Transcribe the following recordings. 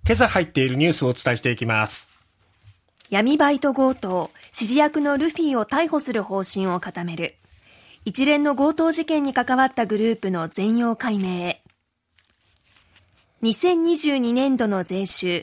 今朝入っているニュースをお伝えしていきます。 闇バイト強盗、指示役のルフィを逮捕する方針を固める。一連の強盗事件に関わったグループの全容解明へ。2022年度の税収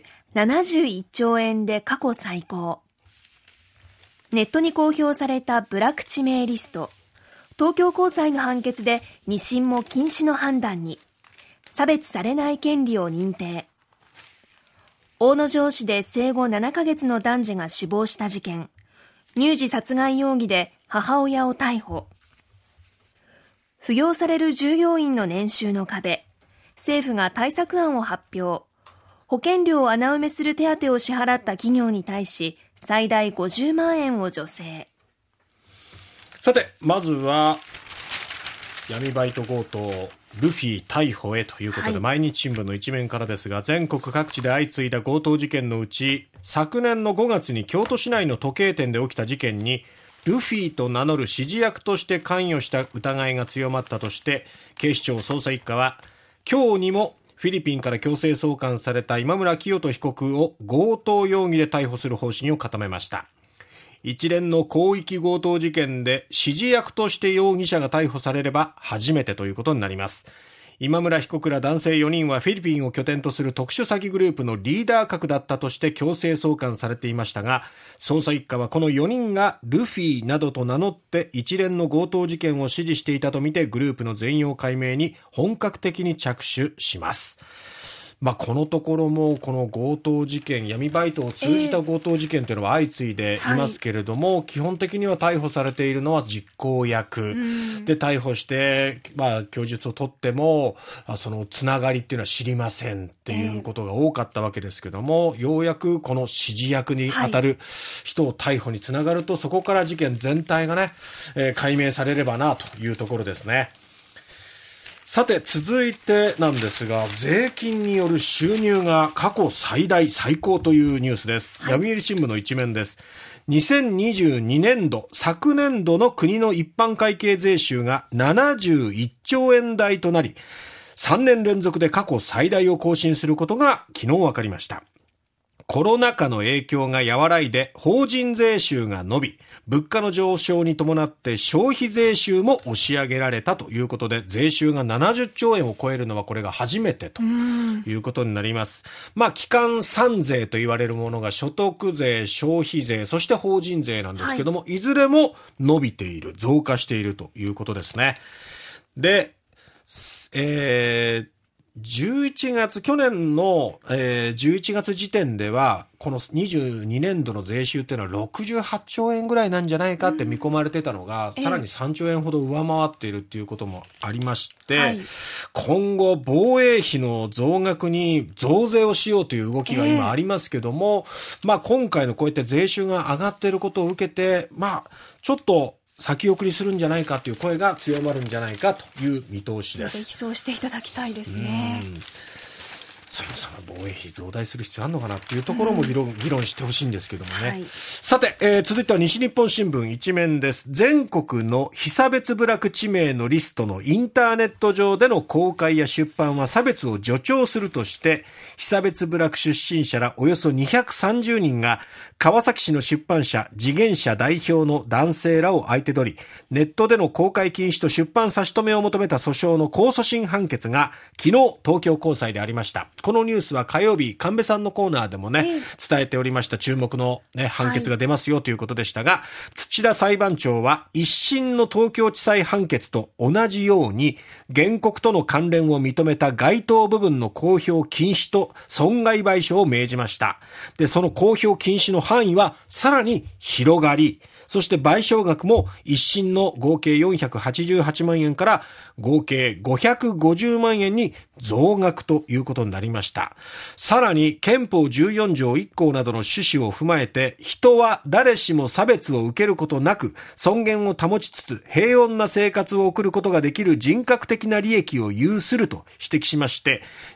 71兆円で過去最高。ネットに公表されたブラック地名リスト。東京高裁の判決で二審も禁止の判断に。差別されない権利を認定。大野城市で生後7ヶ月の男児が死亡した事件。乳児殺害容疑で母親を逮捕。扶養される従業員の年収の壁。政府が対策案を発表。保険料を穴埋めする手当を支払った企業に対し、最大50万円を助成。 さて、まずは闇バイト強盗ルフィ逮捕へということで、毎日新聞の一面からですが、全国各地で相次いだ強盗事件のうち、昨年の5月に京都市内の時計店で起きた事件にルフィと名乗る指示役として関与した疑いが強まったとして、警視庁捜査一課は今日にもフィリピンから強制送還された今村磨人被告を強盗容疑で逮捕する方針を固めました。一連の広域強盗事件で指示役として容疑者が逮捕されれば初めてということになります。今村被告ら男性4人はフィリピンを拠点とする特殊詐欺グループのリーダー格だったとして強制送還されていましたが、捜査一課はこの4人がルフィなどと名乗って一連の強盗事件を指示していたとみて、グループの全容解明に本格的に着手します。このところもこの強盗事件、闇バイトを通じた強盗事件というのは相次いでいますけれども、基本的には逮捕されているのは実行役で、逮捕して供述を取ってもそのつながりっていうのは知りませんっていうことが多かったわけですけども、ようやくこの指示役に当たる人を逮捕につながると、そこから事件全体がね、解明されればなというところですね。さて、続いてなんですが、税金による収入が過去最高というニュースです。読売新聞の一面です。2022年度、昨年度の国の一般会計税収が71兆円台となり、3年連続で過去最大を更新することが昨日分かりました。コロナ禍の影響が和らいで法人税収が伸び、物価の上昇に伴って消費税収も押し上げられたということで、税収が70兆円を超えるのはこれが初めてということになります。基幹3税と言われるものが所得税、消費税、そして法人税なんですけども、いずれも伸びている、増加しているということですね。で、去年の、11月時点ではこの22年度の税収っていうのは68兆円ぐらいなんじゃないかって見込まれてたのが、さらに3兆円ほど上回っているっていうこともありまして、今後防衛費の増額に増税をしようという動きが今ありますけども、今回のこうやって税収が上がっていることを受けて、ちょっと先送りするんじゃないかという声が強まるんじゃないかという見通しです。 そうしていただきたいですね。 そもそも防衛費増大する必要あるのかなっていうところも議論してほしいんですけどもね。さて、続いては西日本新聞一面です。全国の被差別部落地名のリストのインターネット上での公開や出版は差別を助長するとして、被差別部落出身者らおよそ230人が川崎市の出版社次元社代表の男性らを相手取り、ネットでの公開禁止と出版差し止めを求めた訴訟の控訴審判決が昨日東京高裁でありました。このニュースは火曜日、神戸さんのコーナーでもね、伝えておりました注目の、判決が出ますよということでしたが、土田裁判長は一審の東京地裁判決と同じように原告との関連を認めた該当部分の公表禁止と損害賠償を命じました。で、その公表禁止の範囲はさらに広がり、そして賠償額も一審の合計488万円から合計550万円に増額ということになりました。さらに憲法14条1項などの趣旨を踏まえて、人は誰しも差別を受けることなく尊厳を保ちつつ平穏な生活を送ることができる人格的な利益を有すると指摘しまして、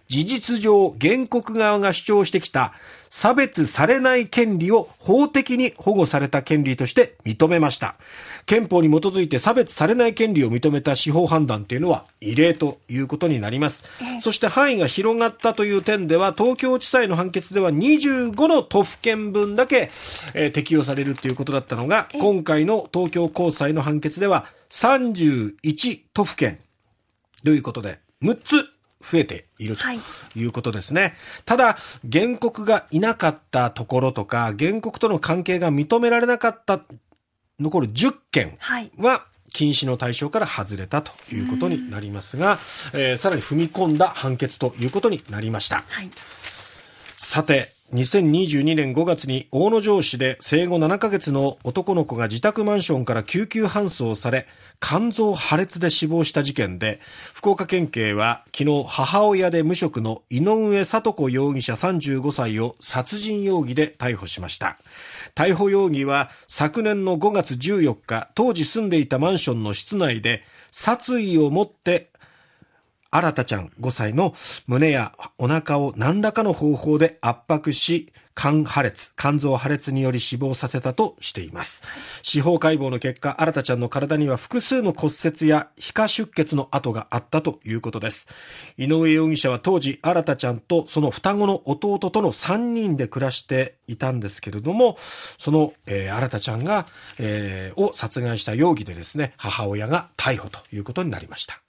事実上原告側が主張してきた差別されない権利を法的に保護された権利として認めました。憲法に基づいて差別されない権利を認めた司法判断というのは異例ということになります。そして範囲が広がったという点では、東京地裁の判決では25の都府県分だけ、適用されるということだったのが、今回の東京高裁の判決では31都府県ということで6つ増えているということですね。ただ原告がいなかったところとか、原告との関係が認められなかった残る10件は禁止の対象から外れたということになりますが、さらに踏み込んだ判決ということになりました。さて、2022年5月に大野城市で生後7ヶ月の男の子が自宅マンションから救急搬送され、肝臓破裂で死亡した事件で、福岡県警は昨日母親で無職の井上聡子容疑者35歳を殺人容疑で逮捕しました。逮捕容疑は昨年の5月14日、当時住んでいたマンションの室内で殺意を持って新ちゃん5歳の胸やお腹を何らかの方法で圧迫し、肝臓破裂により死亡させたとしています。司法解剖の結果、新ちゃんの体には複数の骨折や皮下出血の跡があったということです。井上容疑者は当時、新ちゃんとその双子の弟との3人で暮らしていたんですけれども、その、新ちゃんが、を殺害した容疑でですね、母親が逮捕ということになりました。